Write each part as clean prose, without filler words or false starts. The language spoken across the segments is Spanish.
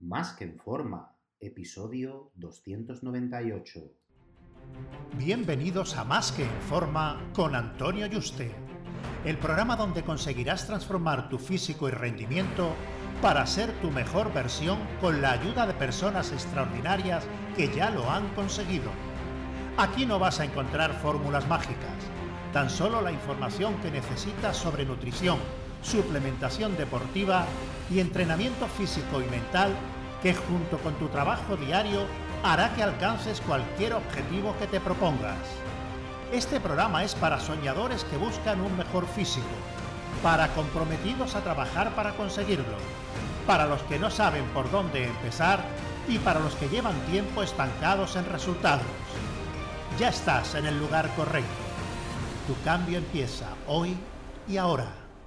Más que en forma, episodio 298. Bienvenidos a Más que en forma con Antonio Yuste, el programa donde conseguirás transformar tu físico y rendimiento para ser tu mejor versión con la ayuda de personas extraordinarias que ya lo han conseguido. Aquí no vas a encontrar fórmulas mágicas, tan solo la información que necesitas sobre nutrición, suplementación deportiva y entrenamiento físico y mental que junto con tu trabajo diario hará que alcances cualquier objetivo que te propongas. Este programa es para soñadores que buscan un mejor físico, para comprometidos a trabajar para conseguirlo, para los que no saben por dónde empezar y para los que llevan tiempo estancados en resultados. Ya estás en el lugar correcto. Tu cambio empieza hoy y ahora.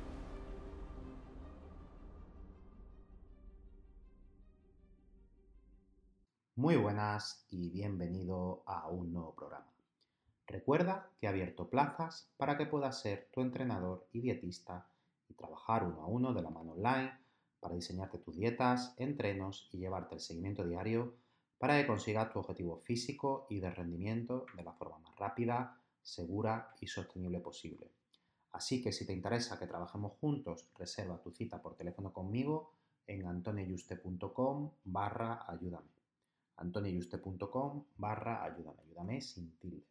Muy buenas y bienvenido a un nuevo programa. Recuerda que he abierto plazas para que puedas ser tu entrenador y dietista y trabajar uno a uno de la mano online para diseñarte tus dietas, entrenos y llevarte el seguimiento diario para que consigas tu objetivo físico y de rendimiento de la forma más rápida, segura y sostenible posible. Así que si te interesa que trabajemos juntos, reserva tu cita por teléfono conmigo en antonioyuste.com/ayúdame. antonioyuste.com/ayúdame, ayúdame sin tilde.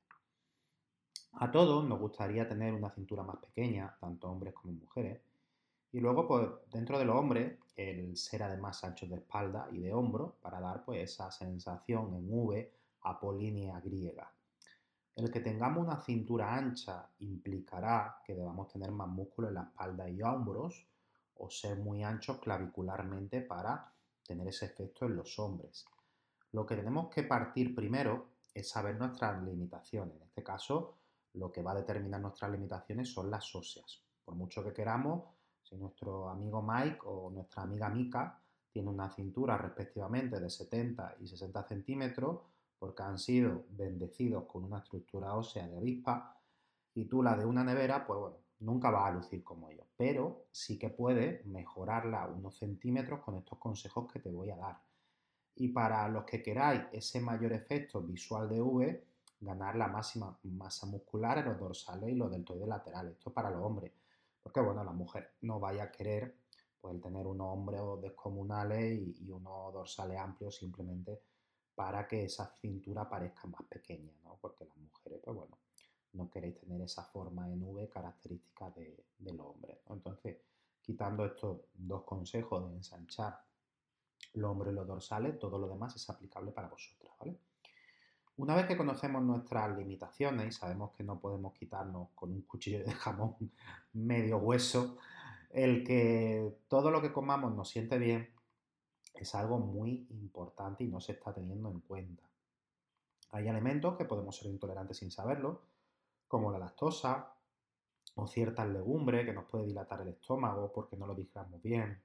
A todos nos gustaría tener una cintura más pequeña, tanto hombres como mujeres, y luego pues dentro de los hombres el ser además anchos de espalda y de hombro para dar pues esa sensación en V apolínea griega. El que tengamos una cintura ancha implicará que debamos tener más músculo en la espalda y hombros o ser muy anchos clavicularmente para tener ese efecto en los hombres. Lo que tenemos que partir primero es saber nuestras limitaciones. En este caso, lo que va a determinar nuestras limitaciones son las óseas. Por mucho que queramos, si nuestro amigo Mike o nuestra amiga Mika tiene una cintura respectivamente de 70 y 60 centímetros, porque han sido bendecidos con una estructura ósea de avispa, y tú la de una nevera, pues bueno, nunca vas a lucir como ellos. Pero sí que puedes mejorarla unos centímetros con estos consejos que te voy a dar. Y para los que queráis ese mayor efecto visual de V, ganar la máxima masa muscular en los dorsales y los deltoides laterales. Esto es para los hombres. Porque bueno, la mujer no vaya a querer pues, el tener unos hombros descomunales y unos dorsales amplios simplemente para que esa cintura parezca más pequeña, ¿no? Porque las mujeres, pues bueno, no queréis tener esa forma en V característica del hombre, ¿no? Entonces, quitando estos dos consejos de ensanchar los hombros y los dorsales, todo lo demás es aplicable para vosotras, ¿vale? Una vez que conocemos nuestras limitaciones y sabemos que no podemos quitarnos con un cuchillo de jamón medio hueso, el que todo lo que comamos nos siente bien es algo muy importante y no se está teniendo en cuenta. Hay alimentos que podemos ser intolerantes sin saberlo, como la lactosa o ciertas legumbres que nos puede dilatar el estómago porque no lo digamos bien.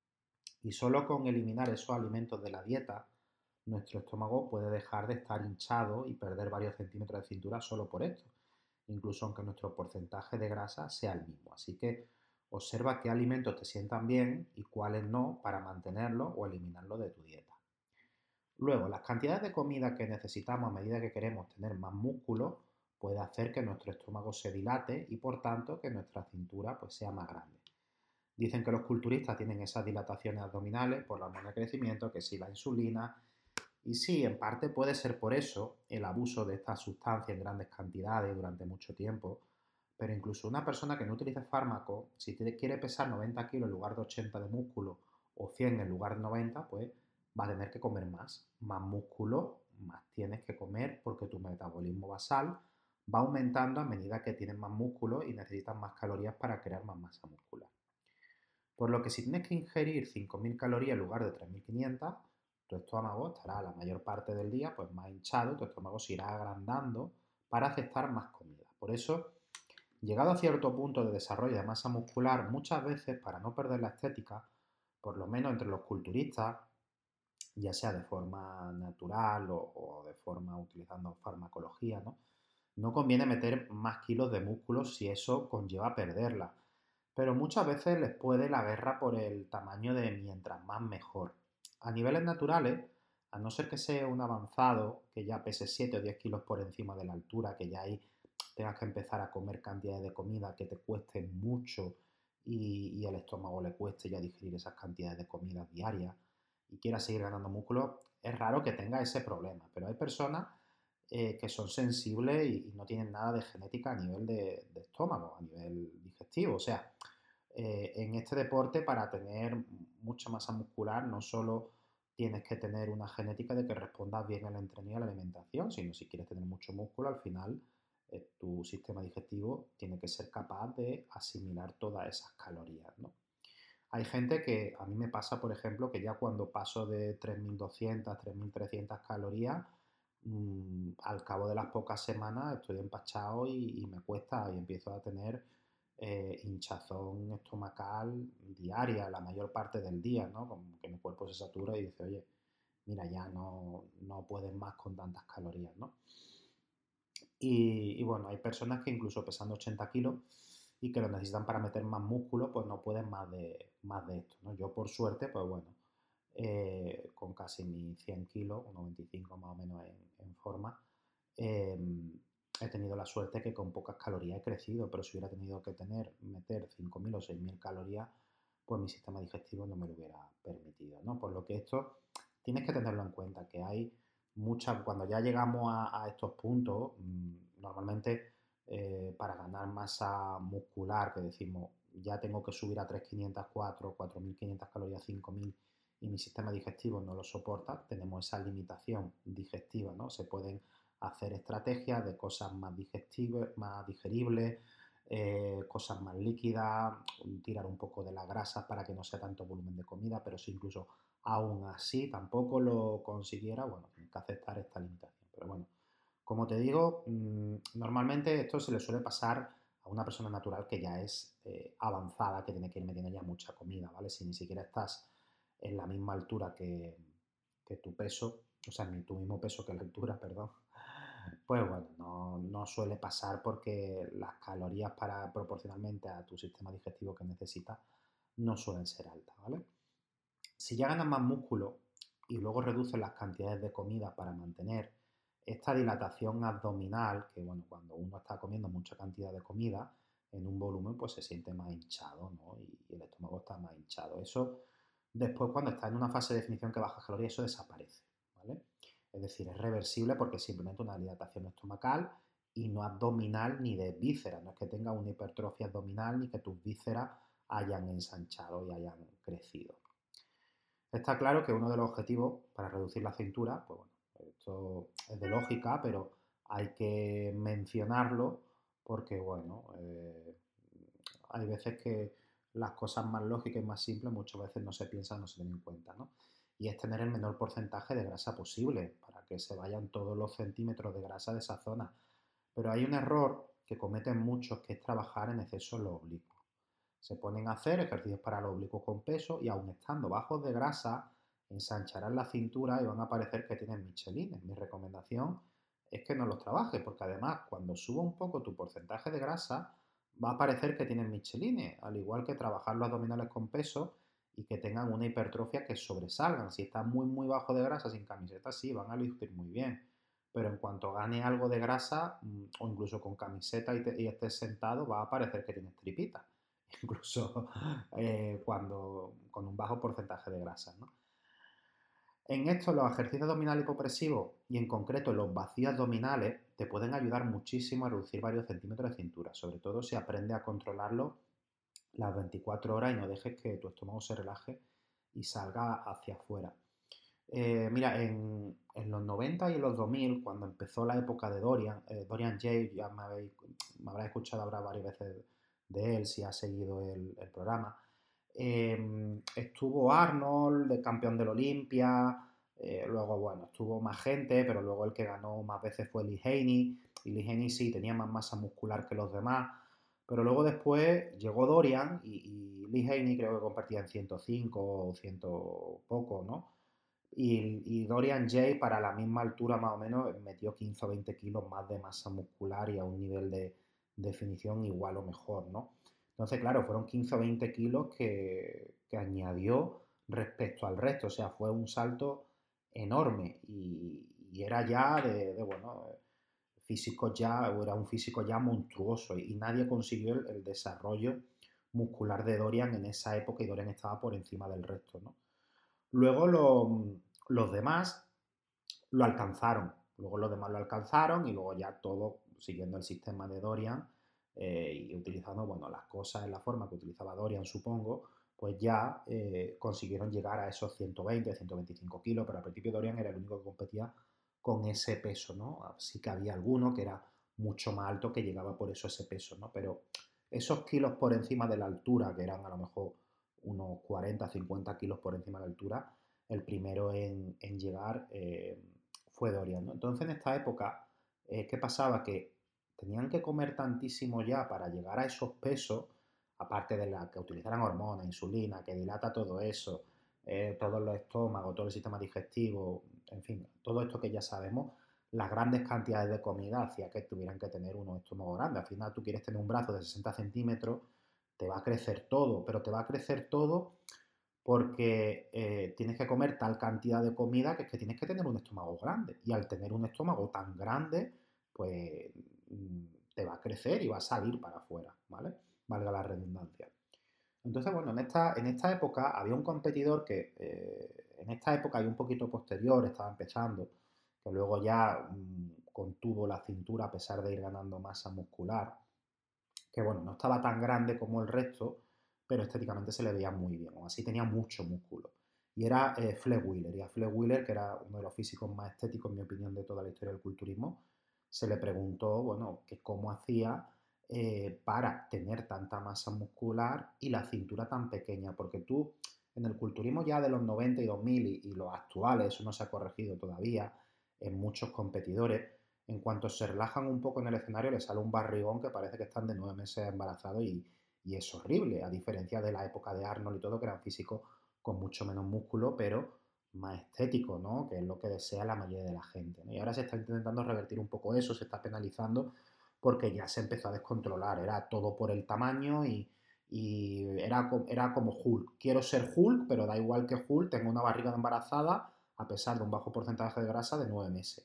Y solo con eliminar esos alimentos de la dieta, nuestro estómago puede dejar de estar hinchado y perder varios centímetros de cintura solo por esto, incluso aunque nuestro porcentaje de grasa sea el mismo. Así que observa qué alimentos te sientan bien y cuáles no para mantenerlos o eliminarlos de tu dieta. Luego, las cantidades de comida que necesitamos a medida que queremos tener más músculo puede hacer que nuestro estómago se dilate y por tanto que nuestra cintura pues, sea más grande. Dicen que los culturistas tienen esas dilataciones abdominales por la hormona de crecimiento, que sí la insulina. Y sí, en parte puede ser por eso el abuso de esta sustancia en grandes cantidades durante mucho tiempo. Pero incluso una persona que no utilice fármaco, si quiere pesar 90 kilos en lugar de 80 de músculo o 100 en lugar de 90, pues va a tener que comer más. Más músculo, más tienes que comer porque tu metabolismo basal va aumentando a medida que tienes más músculo y necesitas más calorías para crear más masa muscular. Por lo que si tienes que ingerir 5.000 calorías en lugar de 3.500, tu estómago estará la mayor parte del día pues, más hinchado, tu estómago se irá agrandando para aceptar más comida. Por eso, llegado a cierto punto de desarrollo de masa muscular, muchas veces para no perder la estética, por lo menos entre los culturistas, ya sea de forma natural o de forma utilizando farmacología, ¿no? No conviene meter más kilos de músculo si eso conlleva perderla. Pero muchas veces les puede la guerra por el tamaño de mientras más mejor. A niveles naturales, a no ser que sea un avanzado, que ya pese 7 o 10 kilos por encima de la altura, que ya ahí tengas que empezar a comer cantidades de comida que te cueste mucho y el estómago le cueste ya digerir esas cantidades de comida diarias y quieras seguir ganando músculo, es raro que tenga ese problema. Pero hay personas que son sensibles y no tienen nada de genética a nivel de estómago, a nivel digestivo. O sea, en este deporte para tener mucha masa muscular no solo tienes que tener una genética de que respondas bien al entreno y a la alimentación, sino si quieres tener mucho músculo, al final tu sistema digestivo tiene que ser capaz de asimilar todas esas calorías, ¿no? Hay gente que a mí me pasa, por ejemplo, que ya cuando paso de 3.200, 3.300 calorías, al cabo de las pocas semanas estoy empachado y me cuesta y empiezo a tener hinchazón estomacal diaria, la mayor parte del día, ¿no? Como que mi cuerpo se satura y dice, oye, mira, ya no puedes más con tantas calorías, ¿no? Y bueno, hay personas que incluso pesando 80 kilos y que lo necesitan para meter más músculo, pues no pueden más de esto, ¿no? Yo por suerte, pues bueno, con casi mis 100 kilos, unos 25 más o menos en forma, eh, he tenido la suerte que con pocas calorías he crecido, pero si hubiera tenido que meter 5.000 o 6.000 calorías, pues mi sistema digestivo no me lo hubiera permitido, ¿no? Por lo que esto tienes que tenerlo en cuenta, que hay cuando ya llegamos a estos puntos, normalmente para ganar masa muscular, que decimos, ya tengo que subir a 3.500, 4.500 calorías, 5.000 y mi sistema digestivo no lo soporta, tenemos esa limitación digestiva, ¿no? Se pueden hacer estrategias de cosas más digeribles, cosas más líquidas, tirar un poco de la grasa para que no sea tanto volumen de comida, pero si incluso aún así tampoco lo consiguiera, bueno, tienes que aceptar esta limitación. Pero bueno, como te digo, normalmente esto se le suele pasar a una persona natural que ya es avanzada, que tiene que ir metiendo ya mucha comida, ¿vale? Si ni siquiera estás en la misma altura que tu peso, o sea, ni tu mismo peso que la altura, perdón, pues bueno, no suele pasar porque las calorías para proporcionalmente a tu sistema digestivo que necesitas no suelen ser altas, ¿vale? Si ya ganas más músculo y luego reduces las cantidades de comida para mantener esta dilatación abdominal, que bueno, cuando uno está comiendo mucha cantidad de comida en un volumen, pues se siente más hinchado, ¿no? Y el estómago está más hinchado. Eso después cuando está en una fase de definición que baja calorías, eso desaparece, ¿vale? Es decir, es reversible porque es simplemente una dilatación estomacal y no abdominal ni de vísceras. No es que tenga una hipertrofia abdominal ni que tus vísceras hayan ensanchado y hayan crecido. Está claro que uno de los objetivos para reducir la cintura, pues bueno, esto es de lógica, pero hay que mencionarlo porque, bueno, hay veces que las cosas más lógicas y más simples muchas veces no se piensan, no se tienen en cuenta, ¿no? Y es tener el menor porcentaje de grasa posible para que se vayan todos los centímetros de grasa de esa zona. Pero hay un error que cometen muchos que es trabajar en exceso en los oblicuos. Se ponen a hacer ejercicios para los oblicuos con peso y aun estando bajos de grasa, ensancharán la cintura y van a parecer que tienen michelines. Mi recomendación es que no los trabajes, porque además cuando suba un poco tu porcentaje de grasa, va a parecer que tienen michelines, al igual que trabajar los abdominales con peso y que tengan una hipertrofia que sobresalgan. Si están muy bajo de grasa sin camiseta, sí, van a lucir muy bien. Pero en cuanto gane algo de grasa, o incluso con camiseta y estés sentado, va a parecer que tienes tripita. Incluso cuando con un bajo porcentaje de grasa, ¿no? En esto, los ejercicios abdominales hipopresivos y en concreto los vacíos abdominales te pueden ayudar muchísimo a reducir varios centímetros de cintura, sobre todo si aprendes a controlarlo las 24 horas y no dejes que tu estómago se relaje y salga hacia afuera. Mira, en los 90 y en los 2000, cuando empezó la época de Dorian Yates, ya me habrás escuchado hablar varias veces de él, si has seguido el programa. Estuvo Arnold, de campeón del Olimpia, luego, bueno, estuvo más gente, pero luego el que ganó más veces fue Lee Haney, y Lee Haney sí tenía más masa muscular que los demás, pero luego después llegó Dorian y Lee Haney creo que compartía en 105 o 100 poco, ¿no? Y Dorian Jay para la misma altura más o menos metió 15 o 20 kilos más de masa muscular y a un nivel de definición igual o mejor, ¿no? Entonces, claro, fueron 15 o 20 kilos que añadió respecto al resto, o sea, fue un salto enorme y era ya bueno, físico ya, era un físico ya monstruoso y nadie consiguió el desarrollo muscular de Dorian en esa época y Dorian estaba por encima del resto, ¿no? Luego los demás lo alcanzaron, luego los demás lo alcanzaron y luego ya todo siguiendo el sistema de Dorian y utilizando, bueno, las cosas en la forma que utilizaba Dorian, supongo, pues ya consiguieron llegar a esos 120, 125 kilos, pero al principio Dorian era el único que competía con ese peso, ¿no? Así que había alguno que era mucho más alto que llegaba por eso ese peso, ¿no? Pero esos kilos por encima de la altura, que eran a lo mejor unos 40, 50 kilos por encima de la altura, el primero en llegar fue Dorian, ¿no? Entonces en esta época, ¿qué pasaba? Que tenían que comer tantísimo ya para llegar a esos pesos, aparte de la que utilizaran hormonas, insulina, que dilata todo eso, todos los estómagos, todo el sistema digestivo, en fin, todo esto que ya sabemos, las grandes cantidades de comida hacía que tuvieran que tener unos estómagos grandes. Al final tú quieres tener un brazo de 60 centímetros, te va a crecer todo, pero te va a crecer todo porque tienes que comer tal cantidad de comida que es que tienes que tener un estómago grande. Y al tener un estómago tan grande, pues te va a crecer y va a salir para afuera, ¿vale? Valga la redundancia. Entonces, bueno, en esta época había un competidor que en esta época y un poquito posterior estaba empezando, que luego ya contuvo la cintura a pesar de ir ganando masa muscular, que bueno, no estaba tan grande como el resto, pero estéticamente se le veía muy bien, aún así tenía mucho músculo. Y era Fleck Wheeler, y a Fleck Wheeler, que era uno de los físicos más estéticos, en mi opinión, de toda la historia del culturismo, se le preguntó, bueno, que cómo hacía para tener tanta masa muscular y la cintura tan pequeña, porque tú en el culturismo ya de los 90 y 2000 y los actuales, eso no se ha corregido todavía en muchos competidores, en cuanto se relajan un poco en el escenario, les sale un barrigón que parece que están de 9 meses embarazados y es horrible, a diferencia de la época de Arnold y todo, que eran físicos con mucho menos músculo, pero más estético, ¿no? Que es lo que desea la mayoría de la gente, ¿no? Y ahora se está intentando revertir un poco eso, se está penalizando porque ya se empezó a descontrolar, era todo por el tamaño y era como Hulk. Quiero ser Hulk, pero da igual que Hulk tenga una barriga de embarazada a pesar de un bajo porcentaje de grasa de 9 meses.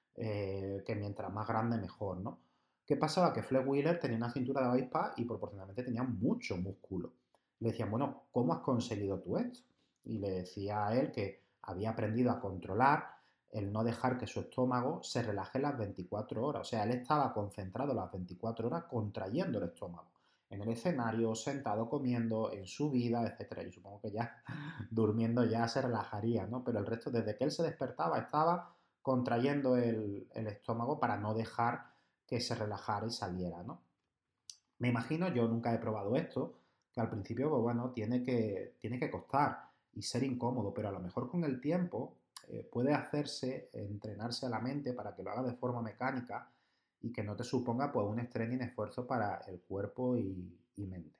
Que mientras más grande mejor, ¿no? ¿Qué pasaba? Que Fleck Wheeler tenía una cintura de avispa y proporcionalmente tenía mucho músculo. Le decían, bueno, ¿cómo has conseguido tú esto? Y le decía a él que había aprendido a controlar el no dejar que su estómago se relaje las 24 horas. O sea, él estaba concentrado las 24 horas contrayendo el estómago. En el escenario, sentado comiendo, en su vida, etcétera. Yo supongo que ya durmiendo ya se relajaría, ¿no? Pero el resto, desde que él se despertaba, estaba contrayendo el estómago para no dejar que se relajara y saliera, ¿no? Me imagino, yo nunca he probado esto, que al principio, pues bueno, tiene que costar y ser incómodo, pero a lo mejor con el tiempo puede hacerse, entrenarse a la mente para que lo haga de forma mecánica y que no te suponga pues un estrés ni un esfuerzo para el cuerpo y mente.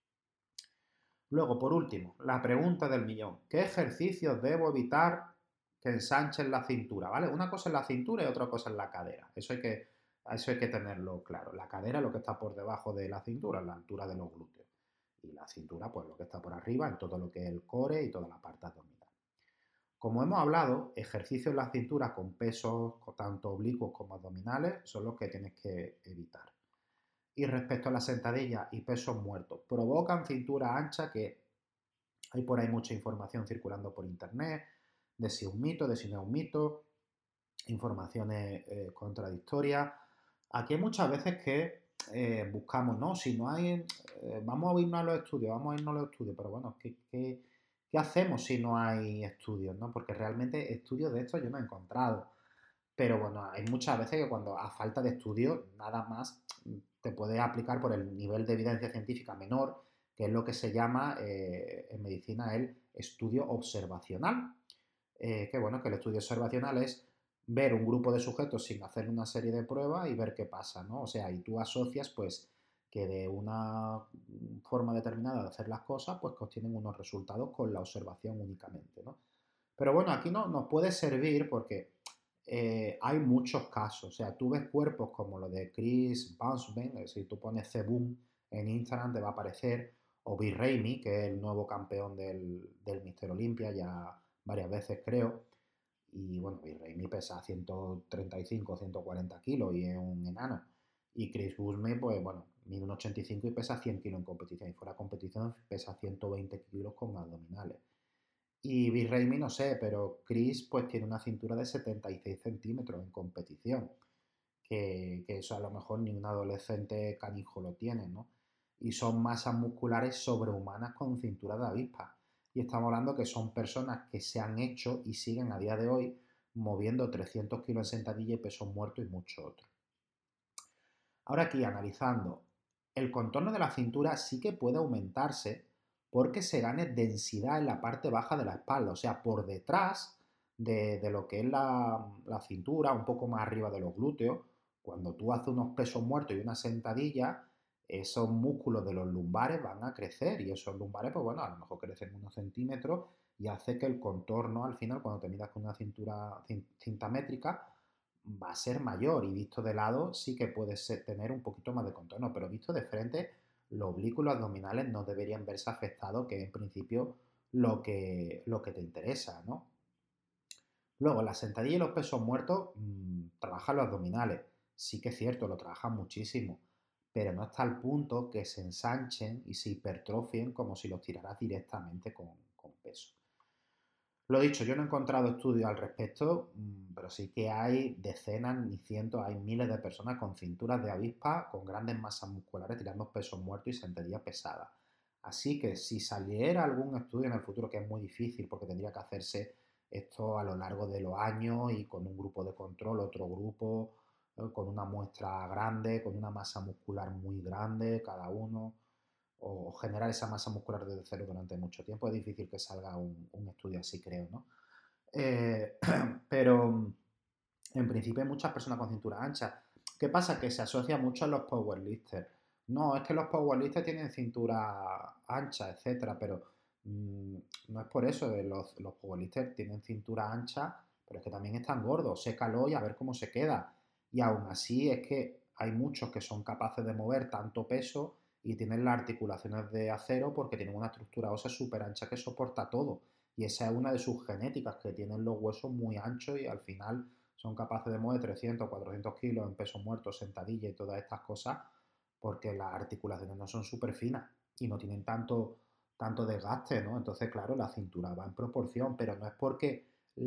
Luego, por último, la pregunta del millón. ¿Qué ejercicios debo evitar que ensanchen la cintura? ¿Vale? Una cosa es la cintura y otra cosa es la cadera. Eso hay que tenerlo claro. La cadera es lo que está por debajo de la cintura, la altura de los glúteos. Y la cintura, pues lo que está por arriba, en todo lo que es el core y toda la parte abdominal. Como hemos hablado, ejercicios en la cintura con pesos tanto oblicuos como abdominales son los que tienes que evitar. Y respecto a las sentadillas y pesos muertos, provocan cintura ancha, que hay por ahí mucha información circulando por internet de si es un mito, de si no es un mito, informaciones contradictorias. Aquí hay muchas veces que buscamos, ¿no? Si no hay, vamos a irnos a los estudios, vamos a irnos a los estudios, pero bueno, ¿qué hacemos si no hay estudios, ¿no? Porque realmente estudios de esto yo no he encontrado. Pero bueno, hay muchas veces que cuando a falta de estudios, nada más te puede aplicar por el nivel de evidencia científica menor, que es lo que se llama en medicina el estudio observacional. Que bueno, que el estudio observacional es ver un grupo de sujetos sin hacer una serie de pruebas y ver qué pasa, ¿no? O sea, y tú asocias pues que de una forma determinada de hacer las cosas, pues que obtienen unos resultados con la observación únicamente, ¿no? Pero bueno, aquí no nos puede servir porque hay muchos casos. O sea, tú ves cuerpos como los de Chris Bousman, si tú pones Ceboom en Instagram te va a aparecer, o Bill Raimi, que es el nuevo campeón del Mister Olympia, ya varias veces creo. Y bueno, Bill Raimi pesa 135 o 140 kilos y es un enano. Y Chris Busme, pues bueno, mide un 85 y pesa 100 kilos en competición. Y fuera de competición pesa 120 kilos con abdominales. Y Bill Raimi no sé, pero Chris pues tiene una cintura de 76 centímetros en competición. Que eso a lo mejor ni un adolescente canijo lo tiene, ¿no? Y son masas musculares sobrehumanas con cintura de avispa. Y estamos hablando que son personas que se han hecho y siguen a día de hoy moviendo 300 kilos en sentadilla y pesos muertos y mucho otro. Ahora aquí analizando, el contorno de la cintura sí que puede aumentarse porque se gane densidad en la parte baja de la espalda, o sea, por detrás de lo que es la cintura, un poco más arriba de los glúteos. Cuando tú haces unos pesos muertos y una sentadilla, esos músculos de los lumbares van a crecer y esos lumbares, pues bueno, a lo mejor crecen unos centímetros y hace que el contorno al final, cuando te midas con una cinta métrica, va a ser mayor y visto de lado sí que puede tener un poquito más de contorno, pero visto de frente los oblicuos y los abdominales no deberían verse afectados, que es en principio lo que te interesa, ¿no? Luego, la sentadilla y los pesos muertos trabajan los abdominales. Sí que es cierto, lo trabajan muchísimo, pero no está al punto que se ensanchen y se hipertrofien como si los tiraras directamente con peso. Lo dicho, yo no he encontrado estudios al respecto, pero sí que hay decenas, ni cientos, hay miles de personas con cinturas de avispa, con grandes masas musculares, tirando pesos muertos y sentadillas pesadas. Así que si saliera algún estudio en el futuro, que es muy difícil porque tendría que hacerse esto a lo largo de los años y con un grupo de control, otro grupo, con una muestra grande, con una masa muscular muy grande cada uno, o generar esa masa muscular desde cero durante mucho tiempo, es difícil que salga un estudio así, creo, ¿no? Pero en principio hay muchas personas con cintura ancha. ¿Qué pasa? Que se asocia mucho a los powerlifters. No, es que los powerlifters tienen cintura ancha, etcétera, pero no es por eso. Los powerlifters tienen cintura ancha, pero es que también están gordos. Sécalo y a ver cómo se queda. Y aún así es que hay muchos que son capaces de mover tanto peso y tienen las articulaciones de acero porque tienen una estructura ósea súper ancha que soporta todo. Y esa es una de sus genéticas, que tienen los huesos muy anchos y al final son capaces de mover 300, 400 kilos en peso muerto, sentadilla y todas estas cosas, porque las articulaciones no son súper finas y no tienen tanto desgaste, ¿no? Entonces, claro, la cintura va en proporción, pero no es porque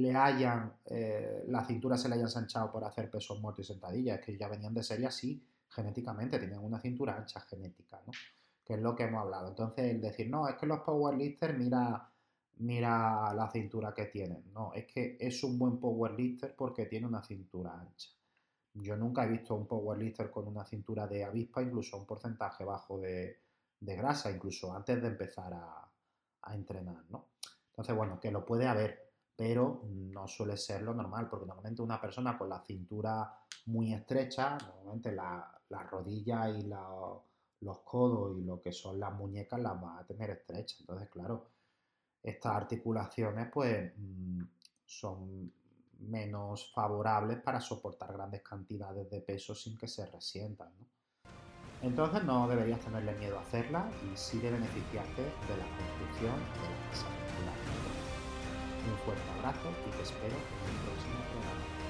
la cintura se le haya ensanchado por hacer pesos muertos y sentadillas, es que ya venían de serie así, genéticamente, tenían una cintura ancha genética, ¿no? Que es lo que hemos hablado. Entonces, el decir, no, es que los powerlifters, mira la cintura que tienen. No, es que es un buen powerlifter porque tiene una cintura ancha. Yo nunca he visto un powerlifter con una cintura de avispa, incluso un porcentaje bajo de grasa, incluso antes de empezar a entrenar, ¿no? Entonces, bueno, que lo puede haber, pero no suele ser lo normal, porque normalmente una persona con la cintura muy estrecha, normalmente la rodilla y los codos y lo que son las muñecas las va a tener estrechas. Entonces, claro, estas articulaciones pues son menos favorables para soportar grandes cantidades de peso sin que se resientan, ¿no? Entonces no deberías tenerle miedo a hacerla y sí de beneficiarte de la construcción de la masa muscular. Un fuerte abrazo y te espero en el próximo programa.